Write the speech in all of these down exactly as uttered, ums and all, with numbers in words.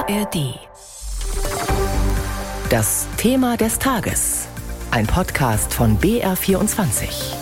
A R D. Das Thema des Tages. Ein Podcast von B R vierundzwanzig.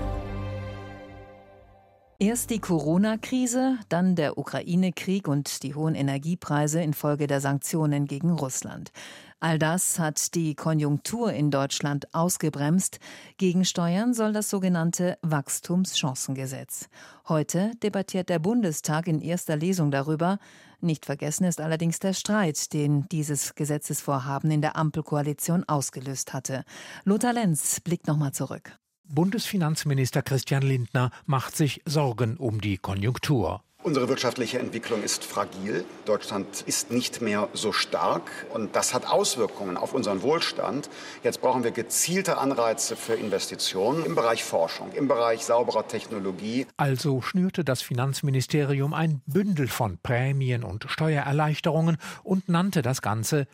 Erst die Corona-Krise, dann der Ukraine-Krieg und die hohen Energiepreise infolge der Sanktionen gegen Russland. All das hat die Konjunktur in Deutschland ausgebremst. Gegensteuern soll das sogenannte Wachstumschancengesetz. Heute debattiert der Bundestag in erster Lesung darüber. Nicht vergessen ist allerdings der Streit, den dieses Gesetzesvorhaben in der Ampelkoalition ausgelöst hatte. Lothar Lenz blickt nochmal zurück. Bundesfinanzminister Christian Lindner macht sich Sorgen um die Konjunktur. Unsere wirtschaftliche Entwicklung ist fragil. Deutschland ist nicht mehr so stark und das hat Auswirkungen auf unseren Wohlstand. Jetzt brauchen wir gezielte Anreize für Investitionen im Bereich Forschung, im Bereich sauberer Technologie. Also schnürte das Finanzministerium ein Bündel von Prämien und Steuererleichterungen und nannte das Ganze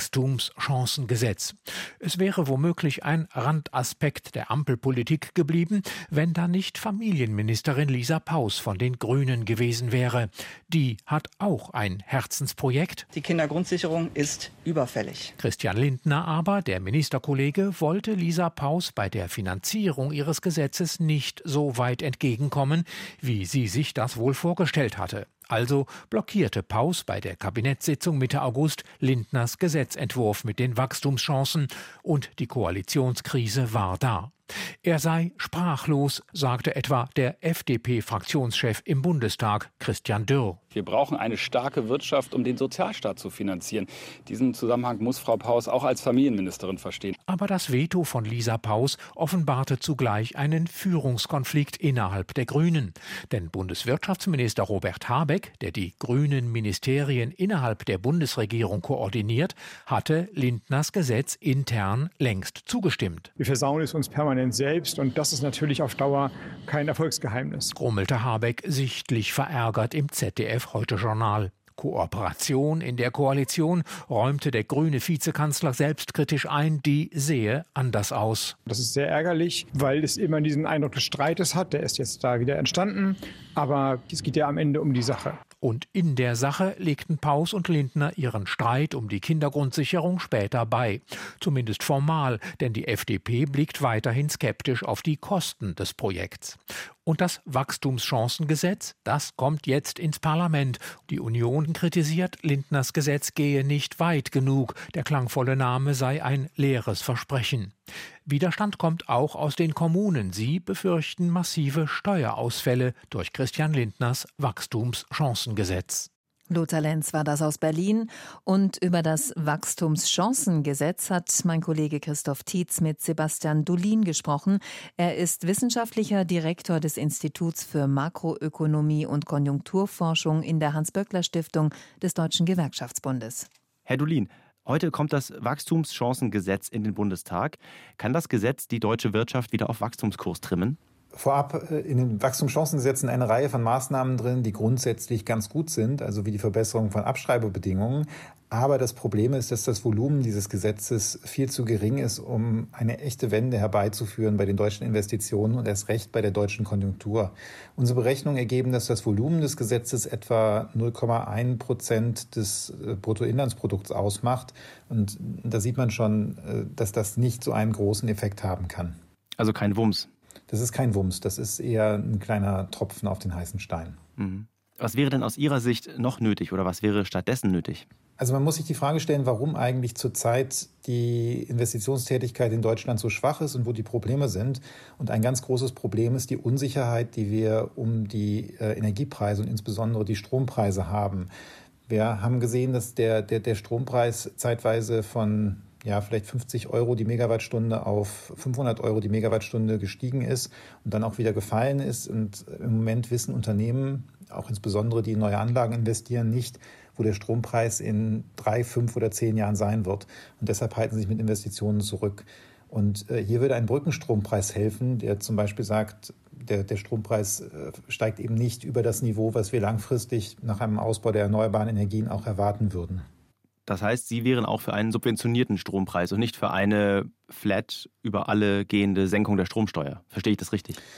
Wachstumschancengesetz. Es wäre womöglich ein Randaspekt der Ampelpolitik geblieben, wenn da nicht Familienministerin Lisa Paus von den Grünen gewesen wäre. Die hat auch ein Herzensprojekt. Die Kindergrundsicherung ist überfällig. Christian Lindner aber, der Ministerkollege, wollte Lisa Paus bei der Finanzierung ihres Gesetzes nicht so weit entgegenkommen, wie sie sich das wohl vorgestellt hatte. Also blockierte Paus bei der Kabinettssitzung Mitte August Lindners Gesetzentwurf mit den Wachstumschancen und die Koalitionskrise war da. Er sei sprachlos, sagte etwa der F D P-Fraktionschef im Bundestag, Christian Dürr. Wir brauchen eine starke Wirtschaft, um den Sozialstaat zu finanzieren. Diesen Zusammenhang muss Frau Paus auch als Familienministerin verstehen. Aber das Veto von Lisa Paus offenbarte zugleich einen Führungskonflikt innerhalb der Grünen. Denn Bundeswirtschaftsminister Robert Habeck, der die grünen Ministerien innerhalb der Bundesregierung koordiniert, hatte Lindners Gesetz intern längst zugestimmt. Wir versauen es uns permanent selbst und das ist natürlich auf Dauer kein Erfolgsgeheimnis, grummelte Habeck sichtlich verärgert im Z D F Heute-Journal. Kooperation in der Koalition räumte der grüne Vizekanzler selbstkritisch ein, die sehe anders aus. Das ist sehr ärgerlich, weil es immer diesen Eindruck des Streites hat. Der ist jetzt da wieder entstanden, aber es geht ja am Ende um die Sache. Und in der Sache legten Paus und Lindner ihren Streit um die Kindergrundsicherung später bei. Zumindest formal, denn die F D P blickt weiterhin skeptisch auf die Kosten des Projekts. Und das Wachstumschancengesetz, das kommt jetzt ins Parlament. Die Union kritisiert, Lindners Gesetz gehe nicht weit genug. Der klangvolle Name sei ein leeres Versprechen. Widerstand kommt auch aus den Kommunen. Sie befürchten massive Steuerausfälle durch Christian Lindners Wachstumschancengesetz. Lothar Lenz war das aus Berlin. Und über das Wachstumschancengesetz hat mein Kollege Christoph Tietz mit Sebastian Dulin gesprochen. Er ist wissenschaftlicher Direktor des Instituts für Makroökonomie und Konjunkturforschung in der Hans-Böckler-Stiftung des Deutschen Gewerkschaftsbundes. Herr Dulin, heute kommt das Wachstumschancengesetz in den Bundestag. Kann das Gesetz die deutsche Wirtschaft wieder auf Wachstumskurs trimmen? Vorab, in den Wachstumschancengesetzen eine Reihe von Maßnahmen drin, die grundsätzlich ganz gut sind, also wie die Verbesserung von Abschreibebedingungen. Aber das Problem ist, dass das Volumen dieses Gesetzes viel zu gering ist, um eine echte Wende herbeizuführen bei den deutschen Investitionen und erst recht bei der deutschen Konjunktur. Unsere Berechnungen ergeben, dass das Volumen des Gesetzes etwa null Komma eins Prozent des Bruttoinlandsprodukts ausmacht. Und da sieht man schon, dass das nicht so einen großen Effekt haben kann. Also kein Wumms. Das ist kein Wumms, das ist eher ein kleiner Tropfen auf den heißen Stein. Mhm. Was wäre denn aus Ihrer Sicht noch nötig oder was wäre stattdessen nötig? Also man muss sich die Frage stellen, warum eigentlich zurzeit die Investitionstätigkeit in Deutschland so schwach ist und wo die Probleme sind. Und ein ganz großes Problem ist die Unsicherheit, die wir um die äh, Energiepreise und insbesondere die Strompreise haben. Wir haben gesehen, dass der, der, der Strompreis zeitweise von ja, vielleicht fünfzig Euro die Megawattstunde auf fünfhundert Euro die Megawattstunde gestiegen ist und dann auch wieder gefallen ist. Und im Moment wissen Unternehmen, auch insbesondere die in neue Anlagen investieren, nicht, wo der Strompreis in drei, fünf oder zehn Jahren sein wird. Und deshalb halten sie sich mit Investitionen zurück. Und äh, hier würde ein Brückenstrompreis helfen, der zum Beispiel sagt, der, der Strompreis äh, steigt eben nicht über das Niveau, was wir langfristig nach einem Ausbau der erneuerbaren Energien auch erwarten würden. Das heißt, Sie wären auch für einen subventionierten Strompreis und nicht für eine flat über alle gehende Senkung der Stromsteuer. Verstehe ich das richtig?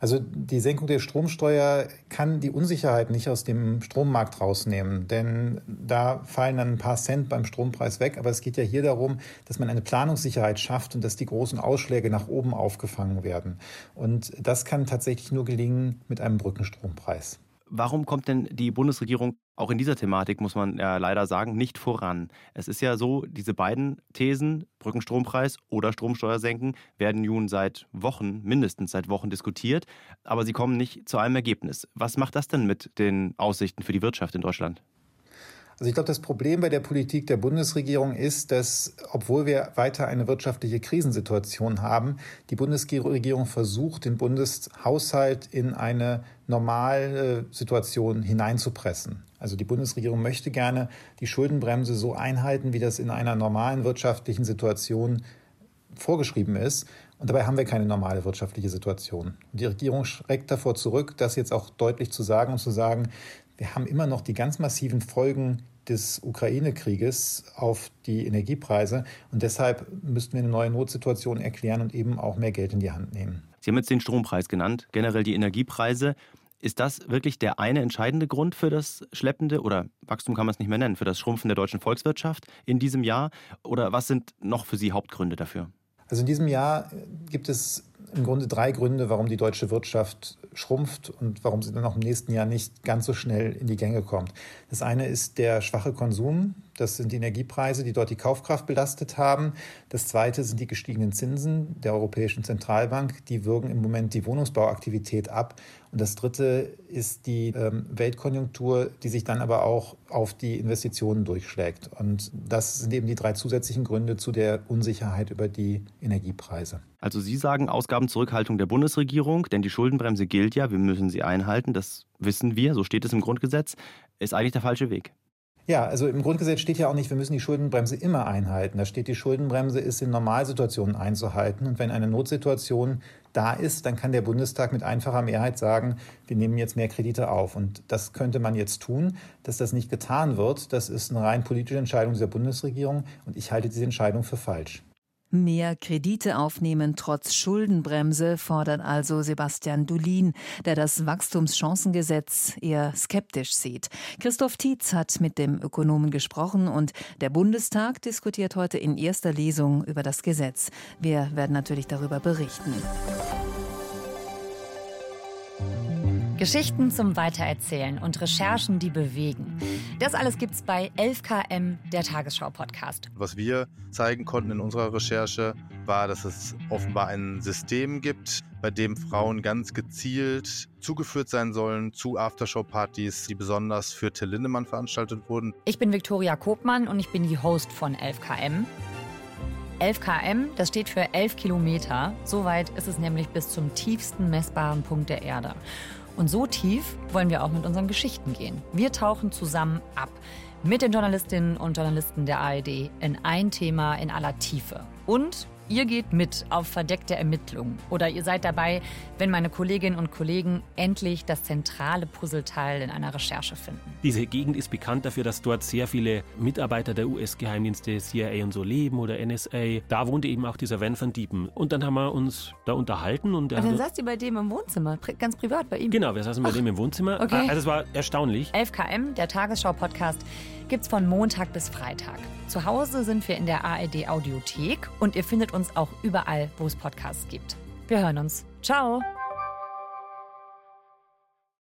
Also die Senkung der Stromsteuer kann die Unsicherheit nicht aus dem Strommarkt rausnehmen, denn da fallen dann ein paar Cent beim Strompreis weg. Aber es geht ja hier darum, dass man eine Planungssicherheit schafft und dass die großen Ausschläge nach oben aufgefangen werden. Und das kann tatsächlich nur gelingen mit einem Brückenstrompreis. Warum kommt denn die Bundesregierung auch in dieser Thematik, muss man ja leider sagen, nicht voran? Es ist ja so, diese beiden Thesen, Brückenstrompreis oder Stromsteuer senken, werden nun seit Wochen, mindestens seit Wochen diskutiert, aber sie kommen nicht zu einem Ergebnis. Was macht das denn mit den Aussichten für die Wirtschaft in Deutschland? Also ich glaube, das Problem bei der Politik der Bundesregierung ist, dass, obwohl wir weiter eine wirtschaftliche Krisensituation haben, die Bundesregierung versucht, den Bundeshaushalt in eine normale Situation hineinzupressen. Also die Bundesregierung möchte gerne die Schuldenbremse so einhalten, wie das in einer normalen wirtschaftlichen Situation vorgeschrieben ist. Und dabei haben wir keine normale wirtschaftliche Situation. Die Regierung schreckt davor zurück, das jetzt auch deutlich zu sagen und zu sagen, wir haben immer noch die ganz massiven Folgen des Ukraine-Krieges auf die Energiepreise. Und deshalb müssten wir eine neue Notsituation erklären und eben auch mehr Geld in die Hand nehmen. Sie haben jetzt den Strompreis genannt, generell die Energiepreise. Ist das wirklich der eine entscheidende Grund für das schleppende, oder Wachstum kann man es nicht mehr nennen, für das Schrumpfen der deutschen Volkswirtschaft in diesem Jahr? Oder was sind noch für Sie Hauptgründe dafür? Also in diesem Jahr gibt es im Grunde drei Gründe, warum die deutsche Wirtschaft schrumpft und warum sie dann auch im nächsten Jahr nicht ganz so schnell in die Gänge kommt. Das eine ist der schwache Konsum. Das sind die Energiepreise, die dort die Kaufkraft belastet haben. Das zweite sind die gestiegenen Zinsen der Europäischen Zentralbank. Die würgen im Moment die Wohnungsbauaktivität ab. Und das dritte ist die ähm, Weltkonjunktur, die sich dann aber auch auf die Investitionen durchschlägt. Und das sind eben die drei zusätzlichen Gründe zu der Unsicherheit über die Energiepreise. Also Sie sagen Ausgabenzurückhaltung der Bundesregierung, denn die Schuldenbremse gilt ja, wir müssen sie einhalten, das wissen wir, so steht es im Grundgesetz, ist eigentlich der falsche Weg. Ja, also im Grundgesetz steht ja auch nicht, wir müssen die Schuldenbremse immer einhalten. Da steht, die Schuldenbremse ist in Normalsituationen einzuhalten. Und wenn eine Notsituation da ist, dann kann der Bundestag mit einfacher Mehrheit sagen, wir nehmen jetzt mehr Kredite auf. Und das könnte man jetzt tun. Dass das nicht getan wird, das ist eine rein politische Entscheidung dieser Bundesregierung. Und ich halte diese Entscheidung für falsch. Mehr Kredite aufnehmen trotz Schuldenbremse fordert also Sebastian Dulin, der das Wachstumschancengesetz eher skeptisch sieht. Christoph Tietz hat mit dem Ökonomen gesprochen und der Bundestag diskutiert heute in erster Lesung über das Gesetz. Wir werden natürlich darüber berichten. Geschichten zum Weitererzählen und Recherchen, die bewegen. Das alles gibt's bei elf K M, der Tagesschau-Podcast. Was wir zeigen konnten in unserer Recherche, war, dass es offenbar ein System gibt, bei dem Frauen ganz gezielt zugeführt sein sollen zu Aftershow-Partys, die besonders für Till Lindemann veranstaltet wurden. Ich bin Viktoria Kopmann und ich bin die Host von elf K M. elf K M, das steht für elf Kilometer. So weit ist es nämlich bis zum tiefsten messbaren Punkt der Erde. Und so tief wollen wir auch mit unseren Geschichten gehen. Wir tauchen zusammen ab mit den Journalistinnen und Journalisten der A R D in ein Thema in aller Tiefe. Und ihr geht mit auf verdeckte Ermittlungen. Oder ihr seid dabei, wenn meine Kolleginnen und Kollegen endlich das zentrale Puzzleteil in einer Recherche finden. Diese Gegend ist bekannt dafür, dass dort sehr viele Mitarbeiter der U S-Geheimdienste, C I A und so leben oder N S A. Da wohnte eben auch dieser Van van Diepen. Und dann haben wir uns da unterhalten. Und dann saßt ihr bei dem im Wohnzimmer, ganz privat bei ihm? Genau, wir saßen bei Ach, dem im Wohnzimmer. Okay. Also es war erstaunlich. elf K M, der Tagesschau-Podcast, gibt's von Montag bis Freitag. Zu Hause sind wir in der A R D-Audiothek und ihr findet uns auch überall, wo es Podcasts gibt. Wir hören uns. Ciao!